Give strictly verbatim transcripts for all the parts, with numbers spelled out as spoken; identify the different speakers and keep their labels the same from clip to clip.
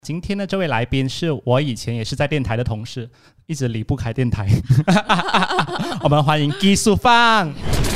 Speaker 1: 今天的这位来宾是我以前也是在电台的同事，一直离不开电台。我们欢迎技术放。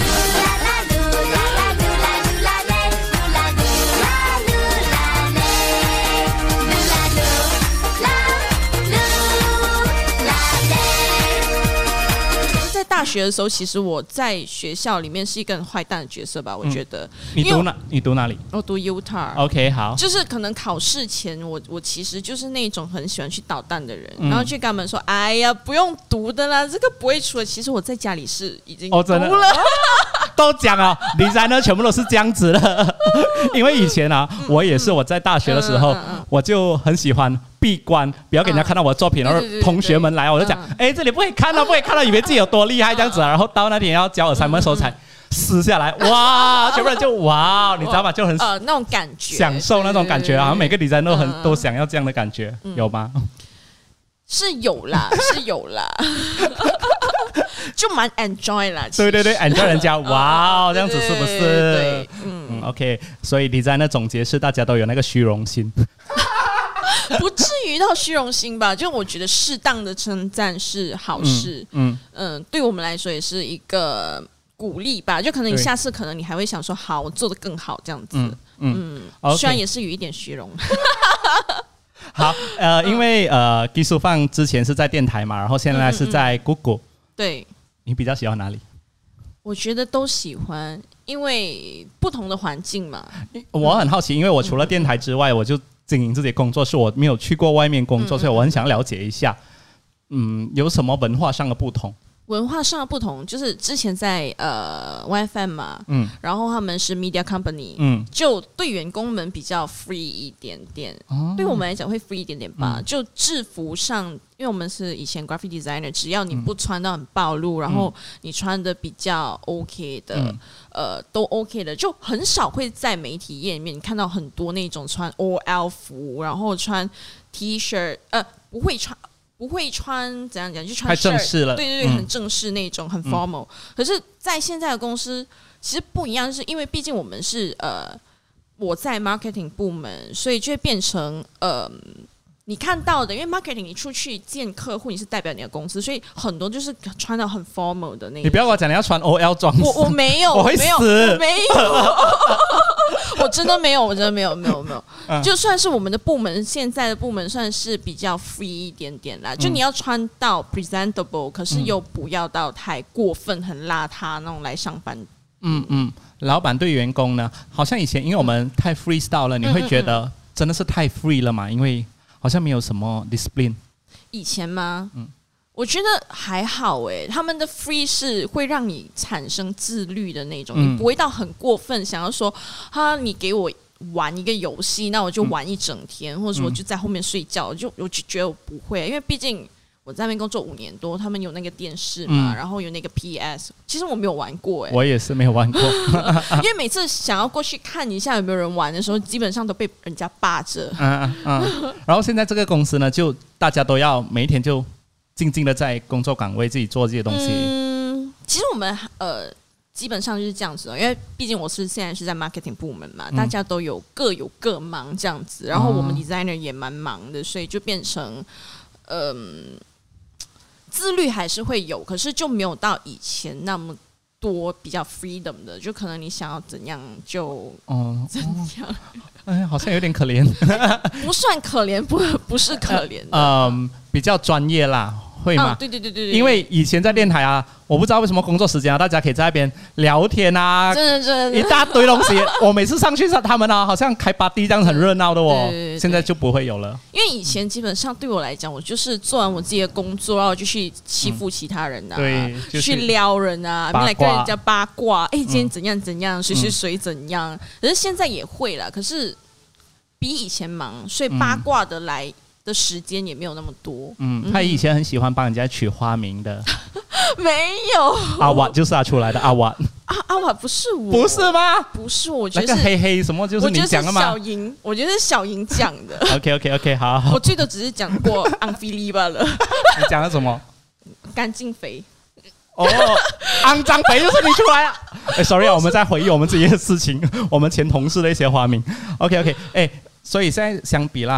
Speaker 2: 大学的时候，其实我在学校里面是一个很坏蛋的角色吧，我觉得。嗯、
Speaker 1: 你读哪？你读哪里？
Speaker 2: 我读 Utah。OK，
Speaker 1: 好。
Speaker 2: 就是可能考试前，我我其实就是那种很喜欢去捣蛋的人，嗯、然后去跟他们说：“哎呀，不用读的啦，这个不会出的。”其实我在家里是已经读了。哦，真的
Speaker 1: 都讲哦，李在呢全部都是这样子的。因为以前啊，嗯、我也是我在大学的时候，嗯嗯嗯、我就很喜欢。闭关，不要给人家看到我的作品，然后同学们来，我就讲，哎，这里不可以看到，不可以看到，以为自己有多厉害这样子，然后到那天要交assignment的时候才撕下来，哇，全部人就哇，你知道吗？就很
Speaker 2: 呃那种感觉，
Speaker 1: 享受那种感觉，好像每个designer都很都想要这样的感觉，有吗？
Speaker 2: 是有啦，是有啦，就蛮 enjoy 啦。
Speaker 1: 对对对 ，enjoy 人家，哇，这样子是不是？
Speaker 2: 对，嗯
Speaker 1: ，OK， 所以designer总结是大家都有那个虚荣心。
Speaker 2: 不至于到虚荣心吧，就我觉得适当的称赞是好事，嗯 嗯, 嗯，对我们来说也是一个鼓励吧。就可能你下次可能你还会想说，好，我做得更好这样子，嗯, 嗯, 嗯 okay. 虽然也是有一点虚荣。
Speaker 1: 好，呃，因为呃，技术放之前是在电台嘛，然后现在是在 Google，、嗯嗯嗯、
Speaker 2: 对，
Speaker 1: 你比较喜欢哪里？
Speaker 2: 我觉得都喜欢，因为不同的环境嘛。
Speaker 1: 我很好奇，因为我除了电台之外，我就经营自己的工作室，我没有去过外面工作，嗯嗯，所以我很想了解一下，嗯，有什么文化上的不同？
Speaker 2: 文化上的不同就是之前在呃 Y F M 嘛，嗯，然后他们是 media company， 嗯，就对员工们比较 free 一点点，哦、对我们来讲会 free 一点点吧。嗯、就制服上，因为我们是以前 graphic designer， 只要你不穿到很暴露，嗯、然后你穿的比较 OK 的，嗯、呃，都 OK 的，就很少会在媒体业里面看到很多那种穿 O L 服，然后穿 T 恤，呃，不会穿。不会穿怎样讲，就穿
Speaker 1: 太正式了，
Speaker 2: 对对对，嗯、很正式那种，很 formal、嗯。可是，在现在的公司其实不一样，是因为毕竟我们是呃我在 marketing 部门，所以就会变成呃你看到的，因为 marketing 你出去见客户，你是代表你的公司，所以很多就是穿到很 formal 的那种。
Speaker 1: 你不要跟我讲你要穿 O L 装，
Speaker 2: 我我没有，
Speaker 1: 我会死，
Speaker 2: 没有，我没有。我真的没有，我真的没有，没有，没有。嗯、就算是我们的部门，现在的部门算是比较 free 一点点啦。嗯、就你要穿到 presentable， 可是又不要到太过分、很邋遢那种来上班。
Speaker 1: 嗯嗯，老板对员工呢，好像以前因为我们太 freestyle 了，你会觉得真的是太 free 了嘛？因为好像没有什么 discipline。
Speaker 2: 以前吗？嗯。我觉得还好诶，他们的 free 是会让你产生自律的那种，嗯、你不会到很过分，想要说哈，你给我玩一个游戏，那我就玩一整天，嗯、或者说我就在后面睡觉，就我就觉得我不会，因为毕竟我在那边工作五年多，他们有那个电视嘛，嗯、然后有那个 P S， 其实我没有玩过诶，
Speaker 1: 我也是没有玩过，
Speaker 2: 因为每次想要过去看一下有没有人玩的时候，基本上都被人家霸着。嗯
Speaker 1: 嗯，然后现在这个公司呢，就大家都要每一天就。静静的在工作岗位自己做这些东西。
Speaker 2: 嗯，其实我们呃基本上就是这样子的，因为毕竟我是现在是在 marketing 部门嘛，嗯、大家都有各有各忙这样子，然后我们 designer 也蛮忙的，所以就变成嗯、呃、自律还是会有，可是就没有到以前那么多比较 freedom 的，就可能你想要怎样就怎样。哦哎，好
Speaker 1: 像有点可怜，
Speaker 2: 不算可怜，不不是可怜的，
Speaker 1: 嗯，比较专业啦，会吗？
Speaker 2: 哦、对对对对对，
Speaker 1: 因为以前在电台啊，我不知道为什么工作时间啊，大家可以在那边聊天啊，
Speaker 2: 真的真的，
Speaker 1: 一大堆东西。我每次上去他们啊，好像开 party 这样很热闹的哦，对对对对，现在就不会有了。
Speaker 2: 因为以前基本上对我来讲，我就是做完我自己的工作，然后就去欺负其他人啊，嗯
Speaker 1: 对就是、
Speaker 2: 去撩人啊，来跟人家八卦，哎，今天怎样怎样，谁谁谁怎样。嗯、可是现在也会啦，可是。比以前忙，所以八卦的来的时间也没有那么多。
Speaker 1: 嗯，他以前很喜欢帮人家取花名的，
Speaker 2: 没有。
Speaker 1: 阿瓦就是他出来的阿瓦。
Speaker 2: 阿阿瓦不是我，
Speaker 1: 不是吗？
Speaker 2: 不是，我觉得是
Speaker 1: 那个黑黑什么就是你讲的吗？
Speaker 2: 小莹，我觉得是小莹讲的。
Speaker 1: OK OK OK， 好, 好。
Speaker 2: 我最多只是讲过昂菲利罢了。
Speaker 1: 你讲了什么？
Speaker 2: 干净肥。
Speaker 1: 哦，肮脏肥就是你出来了。哎 ，sorry 啊，我们在回忆我们自己的事情，我们前同事的一些花名。OK OK， 哎。所以现在相比啦，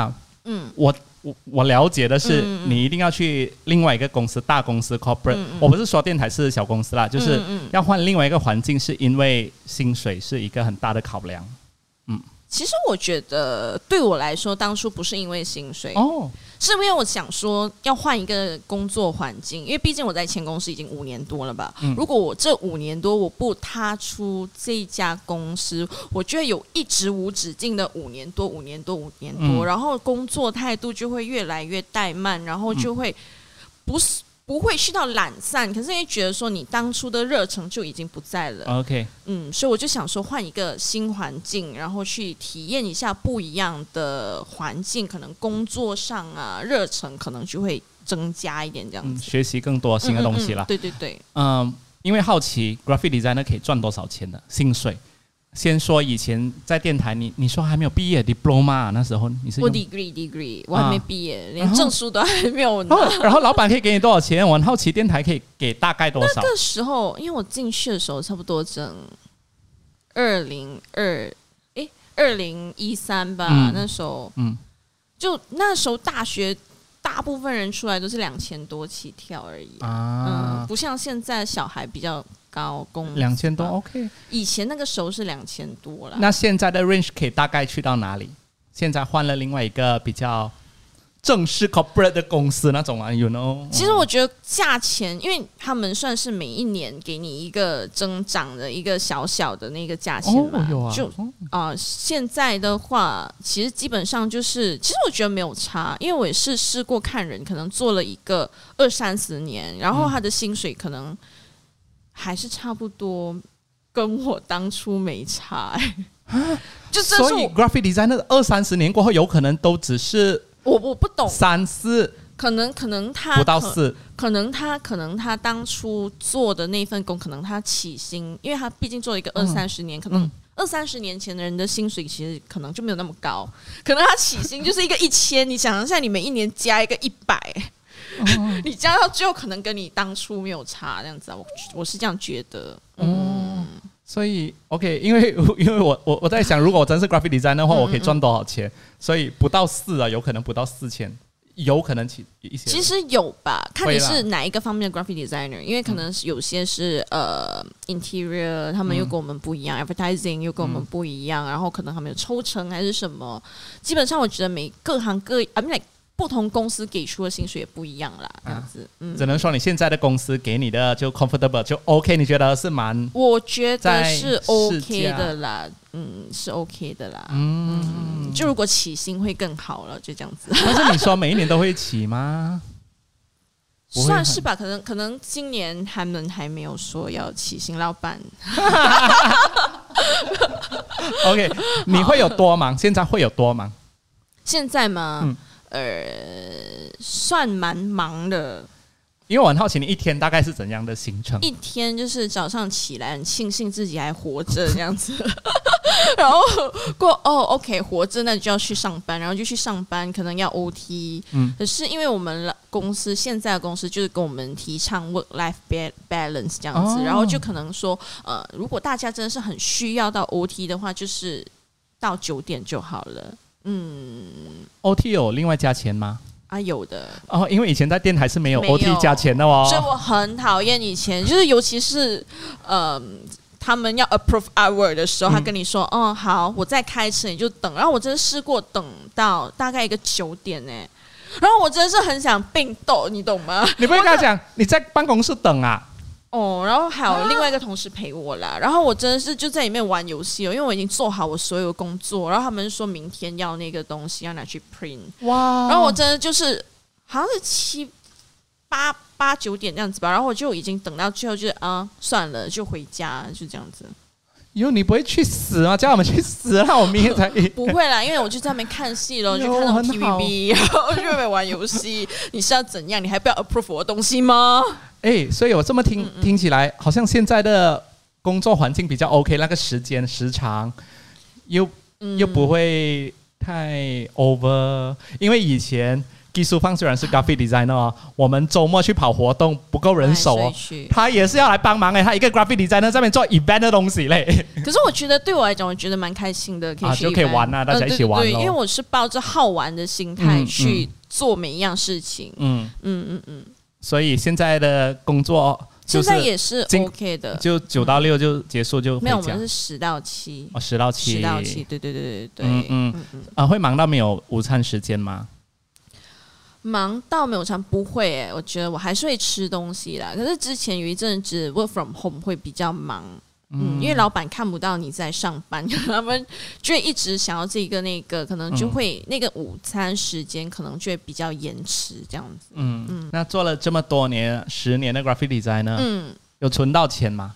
Speaker 1: 嗯，我我我了解的是，嗯嗯你一定要去另外一个公司，大公司 corporate，嗯嗯我不是说电台是小公司啦，就是要换另外一个环境，是因为薪水是一个很大的考量。嗯，
Speaker 2: 其实我觉得对我来说，当初不是因为薪水哦。是因为我想说要换一个工作环境，因为毕竟我在前公司已经五年多了吧。嗯、如果我这五年多我不踏出这一家公司，我就会有一直无止境的五年多、五年多、五年多，嗯、然后工作态度就会越来越怠慢，然后就会不是。不会去到懒散，可是因为觉得说你当初的热忱就已经不在了。
Speaker 1: OK，
Speaker 2: 嗯，所以我就想说换一个新环境，然后去体验一下不一样的环境，可能工作上啊热忱可能就会增加一点这样子，嗯、
Speaker 1: 学习更多新的东西了。
Speaker 2: 嗯嗯嗯、对对对，
Speaker 1: 嗯，因为好奇 graphic designer 可以赚多少钱的薪水。先说以前在电台，你你说还没有毕业 diploma 那时候你是
Speaker 2: 我 degree degree 我还没毕业，啊、连证书都还没有拿。
Speaker 1: 然后，然后老板可以给你多少钱？我很好奇电台可以给大概多少？
Speaker 2: 那个时候，因为我进去的时候差不多整二零二哎二零一三吧，嗯、那时候嗯，就那时候大学大部分人出来都是两千多起跳而已啊，嗯，不像现在小孩比较。高工
Speaker 1: 两千多 ，OK。
Speaker 2: 以前那个时候是两千多了。
Speaker 1: 那现在的 range 可以大概去到哪里？现在换了另外一个比较正式 corporate 的公司那种啊 ，you know。
Speaker 2: 其实我觉得价钱，因为他们算是每一年给你一个增长的一个小小的那个价钱嘛。
Speaker 1: 哦、有啊。
Speaker 2: 就啊、呃，现在的话，其实基本上就是，其实我觉得没有差，因为我也是试过看人，可能做了一个二三十年，然后他的薪水可能。还是差不多，跟我当初没差、欸，
Speaker 1: 就这所以 graphic designer 二三十年过后，有可能都只是
Speaker 2: 我我不懂
Speaker 1: 三四，
Speaker 2: 可能可能他
Speaker 1: 不到四，
Speaker 2: 可能他可能他当初做的那份工，可能他起薪，因为他毕竟做了一个二三十年，嗯、可能二三十年前的人的薪水其实可能就没有那么高，可能他起薪就是一个一千，你想一下，你每一年加一个一百。哦、你加到最后可能跟你当初没有差这样子啊，我我是这样觉得。嗯，
Speaker 1: 哦、所以 OK， 因为因为我我我在想，如果我真是 graphic design 的话，嗯嗯我可以赚多少钱？所以不到四啊，有可能不到四千，有可能起一些。
Speaker 2: 其实有吧，看你是哪一个方面的 graphic designer， 因为可能有些是呃 interior， 他们又跟我们不一样、嗯、，advertising 又跟我们不一样，嗯、然后可能他们有抽成还是什么。基本上我觉得每各行各 I mean like。不同公司给出的薪水也不一样啦，这样子，嗯，
Speaker 1: 只能说你现在的公司给你的就 comfortable 就 OK， 你觉得是蛮？
Speaker 2: 我觉得是 OK 的啦，嗯，是 OK 的啦，嗯，嗯就如果起薪会更好了，就这样子。
Speaker 1: 但是你说每一年都会起吗？
Speaker 2: 算是吧，可能可能今年他们还没有说要起薪，老板。
Speaker 1: OK， 你会有多忙？现在会有多忙？
Speaker 2: 现在吗？嗯。呃，算蛮忙的，
Speaker 1: 因为我很好奇，你一天大概是怎样的行程？
Speaker 2: 一天就是早上起来，很庆幸自己还活着这样子，然后过哦 ，OK， 活着那就要去上班，然后就去上班，可能要 O T。嗯，可是因为我们公司现在的公司就是跟我们提倡 work-life balance 这样子，哦、然后就可能说，呃，如果大家真的是很需要到 O T 的话，就是到九点就好了。嗯
Speaker 1: ，O T 有另外加钱吗？
Speaker 2: 啊，有的
Speaker 1: 哦，因为以前在电台是没有 O T 加钱的哦，
Speaker 2: 所以我很讨厌以前，就是尤其是呃，他们要 approve hour 的时候，嗯、他跟你说，哦，好，我再开车，你就等。然后我真的试过等到大概一个九点呢，然后我真的是很想并斗，你懂吗？
Speaker 1: 你不会跟他讲你在办公室等啊？
Speaker 2: 哦，然后还有另外一个同事陪我啦，然后我真的是就在里面玩游戏哦，因为我已经做好我所有工作，然后他们说明天要那个东西要拿去 print， 哇，然后我真的就是好像是七八八九点这样子吧，然后我就已经等到最后就是啊算了就回家就这样子。
Speaker 1: 哟，你不会去死吗？叫我们去死啊！我明天才
Speaker 2: 不会啦，因为我就在那边看戏咯，就看那种 T V B， 然后就在那边玩游戏。你是要怎样？你还不要 approve 我的东西吗？
Speaker 1: 哎、欸，所以我这么听、嗯嗯、听起来，好像现在的工作环境比较 OK， 那个时间时长又、嗯、又不会太 over， 因为以前技术方虽然是 graphic designer 哦，我们周末去跑活动不够人手哦，他也是要来帮忙哎，他一个 graphic designer 在那边做 event 的东西嘞。
Speaker 2: 可是我觉得对我来讲，我觉得蛮开心的，可以去、
Speaker 1: 啊、就可以玩啊，大家一起玩、哦
Speaker 2: 呃、对, 对, 对，因为我是抱着好玩的心态去做每一样事情。嗯嗯嗯嗯。所
Speaker 1: 以现在的工作、就是、
Speaker 2: 现在也是 OK 的，
Speaker 1: 就九到六就结束就回家、嗯、
Speaker 2: 没有，我们是十到七
Speaker 1: 哦，十到七，
Speaker 2: 十到七，对对对对对。
Speaker 1: 嗯嗯嗯嗯啊，会忙到没有午餐时间吗？
Speaker 2: 忙到没有餐不会哎、欸，我觉得我还是会吃东西啦。可是之前有一阵子 work from home 会比较忙，嗯，嗯因为老板看不到你在上班，他们就会一直想要这个那个，可能就会、嗯、那个午餐时间可能就会比较延迟这样子。嗯
Speaker 1: 嗯，那做了这么多年，十年的 graphic designer， 嗯，有存到钱吗？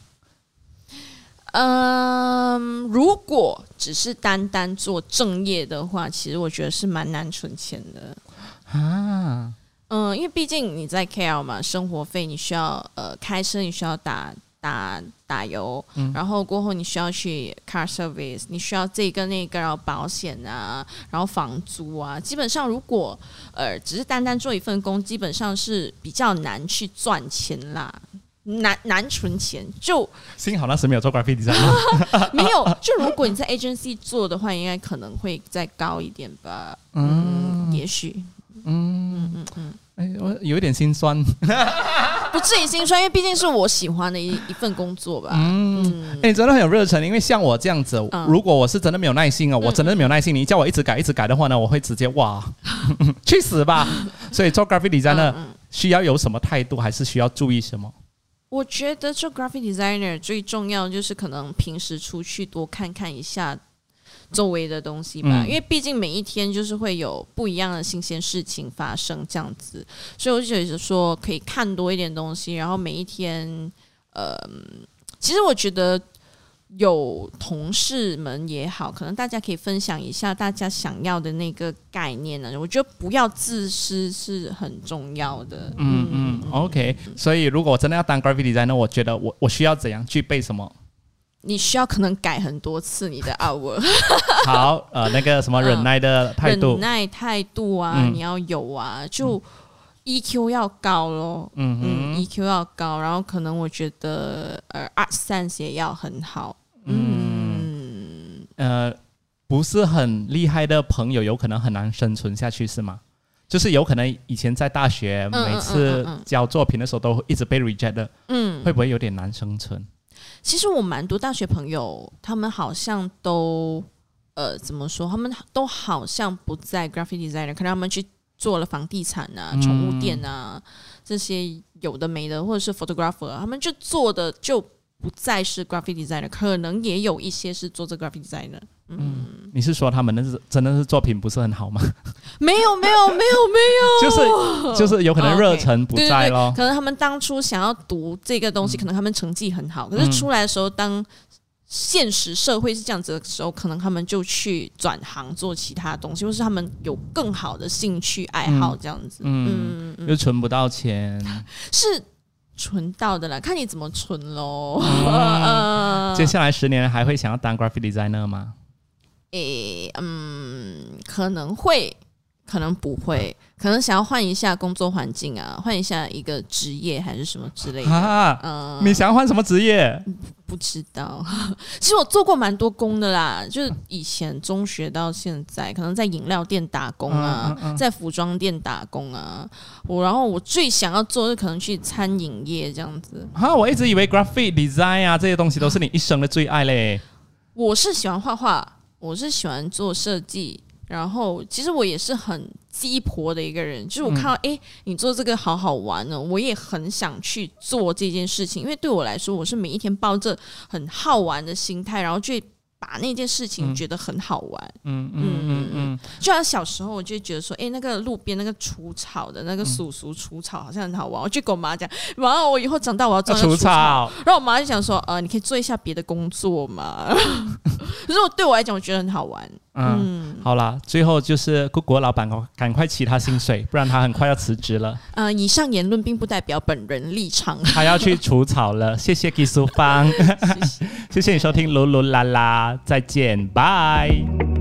Speaker 2: 嗯，如果只是单单做正业的话，其实我觉得是蛮难存钱的。啊，嗯，因为毕竟你在 K L 嘛，生活费你需要呃开车，你需要打打打油、嗯，然后过后你需要去 car service， 你需要这个那个，然后保险啊，然后房租啊，基本上如果呃只是单单做一份工，基本上是比较难去赚钱啦。难难存钱，就
Speaker 1: 幸好那时没有做 graphic design
Speaker 2: 没有，就如果你在 agency 做的话，应该可能会再高一点吧。嗯，嗯也许。嗯嗯嗯，
Speaker 1: 哎，我有一点心酸，
Speaker 2: 不至于心酸，因为毕竟是我喜欢的一一份工作吧。嗯，
Speaker 1: 哎、欸，真的很有热忱，因为像我这样子、嗯，如果我是真的没有耐心哦，我真的没有耐心，你叫我一直改一直改的话呢，我会直接哇，去死吧！所以做 graphic designer、嗯、需要有什么态度，还是需要注意什么？
Speaker 2: 我觉得做 graphic designer 最重要就是可能平时出去多看看一下周围的东西吧、嗯、因为毕竟每一天就是会有不一样的新鲜事情发生这样子，所以我就觉得说可以看多一点东西，然后每一天呃，其实我觉得有同事们也好，可能大家可以分享一下大家想要的那个概念呢，我觉得不要自私是很重要的。
Speaker 1: 嗯嗯 OK， 所以如果我真的要当 graphic designer， 我觉得我我需要怎样具备什么？
Speaker 2: 你需要可能改很多次你的 artwork
Speaker 1: 好，呃，那个什么忍耐的态度、呃、忍
Speaker 2: 耐态度啊、嗯、你要有啊，就 E Q 要高咯。嗯嗯 E Q 要高，然后可能我觉得呃 art sense 也要很好。嗯
Speaker 1: 呃，不是很厉害的朋友有可能很难生存下去是吗？就是有可能以前在大学、嗯、每次交作品的时候都一直被 reject 的，嗯，会不会有点难生存？
Speaker 2: 其实我蛮多大学朋友，他们好像都呃怎么说？他们都好像不在 graphic designer， 可能他们去做了房地产啊、宠、嗯、物店啊这些有的没的，或者是 photographer， 他们就做的就不再是 graphic designer， 可能也有一些是做这 graphic designer。嗯，
Speaker 1: 嗯你是说他们的是真的是作品不是很好吗？
Speaker 2: 没有没有没有没有，
Speaker 1: 就是就是有可能热忱不在咯、
Speaker 2: okay, 对对对，可能他们当初想要读这个东西、嗯、可能他们成绩很好，可是出来的时候、嗯、当现实社会是这样子的时候，可能他们就去转行做其他东西，或是他们有更好的兴趣爱好这样子。
Speaker 1: 嗯，嗯又存不到钱，
Speaker 2: 是存到的啦，看你怎么存咯、
Speaker 1: 嗯、接下来十年还会想要当 graphic designer 吗？
Speaker 2: 诶，嗯，可能会，可能不会，可能想要换一下工作环境啊，换一下一个职业还是什么之类的。啊，
Speaker 1: 嗯、你想要换什么职业？
Speaker 2: 不知道。其实我做过蛮多工的啦，就是以前中学到现在，可能在饮料店打工啊，嗯嗯嗯、在服装店打工啊。我然后我最想要做的可能去餐饮业这样子。
Speaker 1: 啊，我一直以为 graphic design 啊这些东西都是你一生的最爱嘞。
Speaker 2: 我是喜欢画画。我是喜欢做设计，然后其实我也是很鸡婆的一个人，就是我看到哎、嗯，你做这个好好玩呢，我也很想去做这件事情，因为对我来说，我是每一天抱着很好玩的心态，然后去把那件事情觉得很好玩。嗯嗯嗯嗯，就像小时候我就觉得说，哎，那个路边那个除草的那个叔叔除草好像很好玩，我就跟我妈讲，然后我以后长大我要做那个除草，然后我妈就想说，呃，你可以做一下别的工作嘛。可是我对我来讲，我觉得很好玩。嗯，
Speaker 1: 嗯好啦，最后就是姑姑老板赶快起他薪水，不然他很快要辞职了。
Speaker 2: 呃，以上言论并不代表本人立场。
Speaker 1: 他要去除草了，谢谢技术方，谢谢谢谢你收听噜噜啦啦，再见，拜。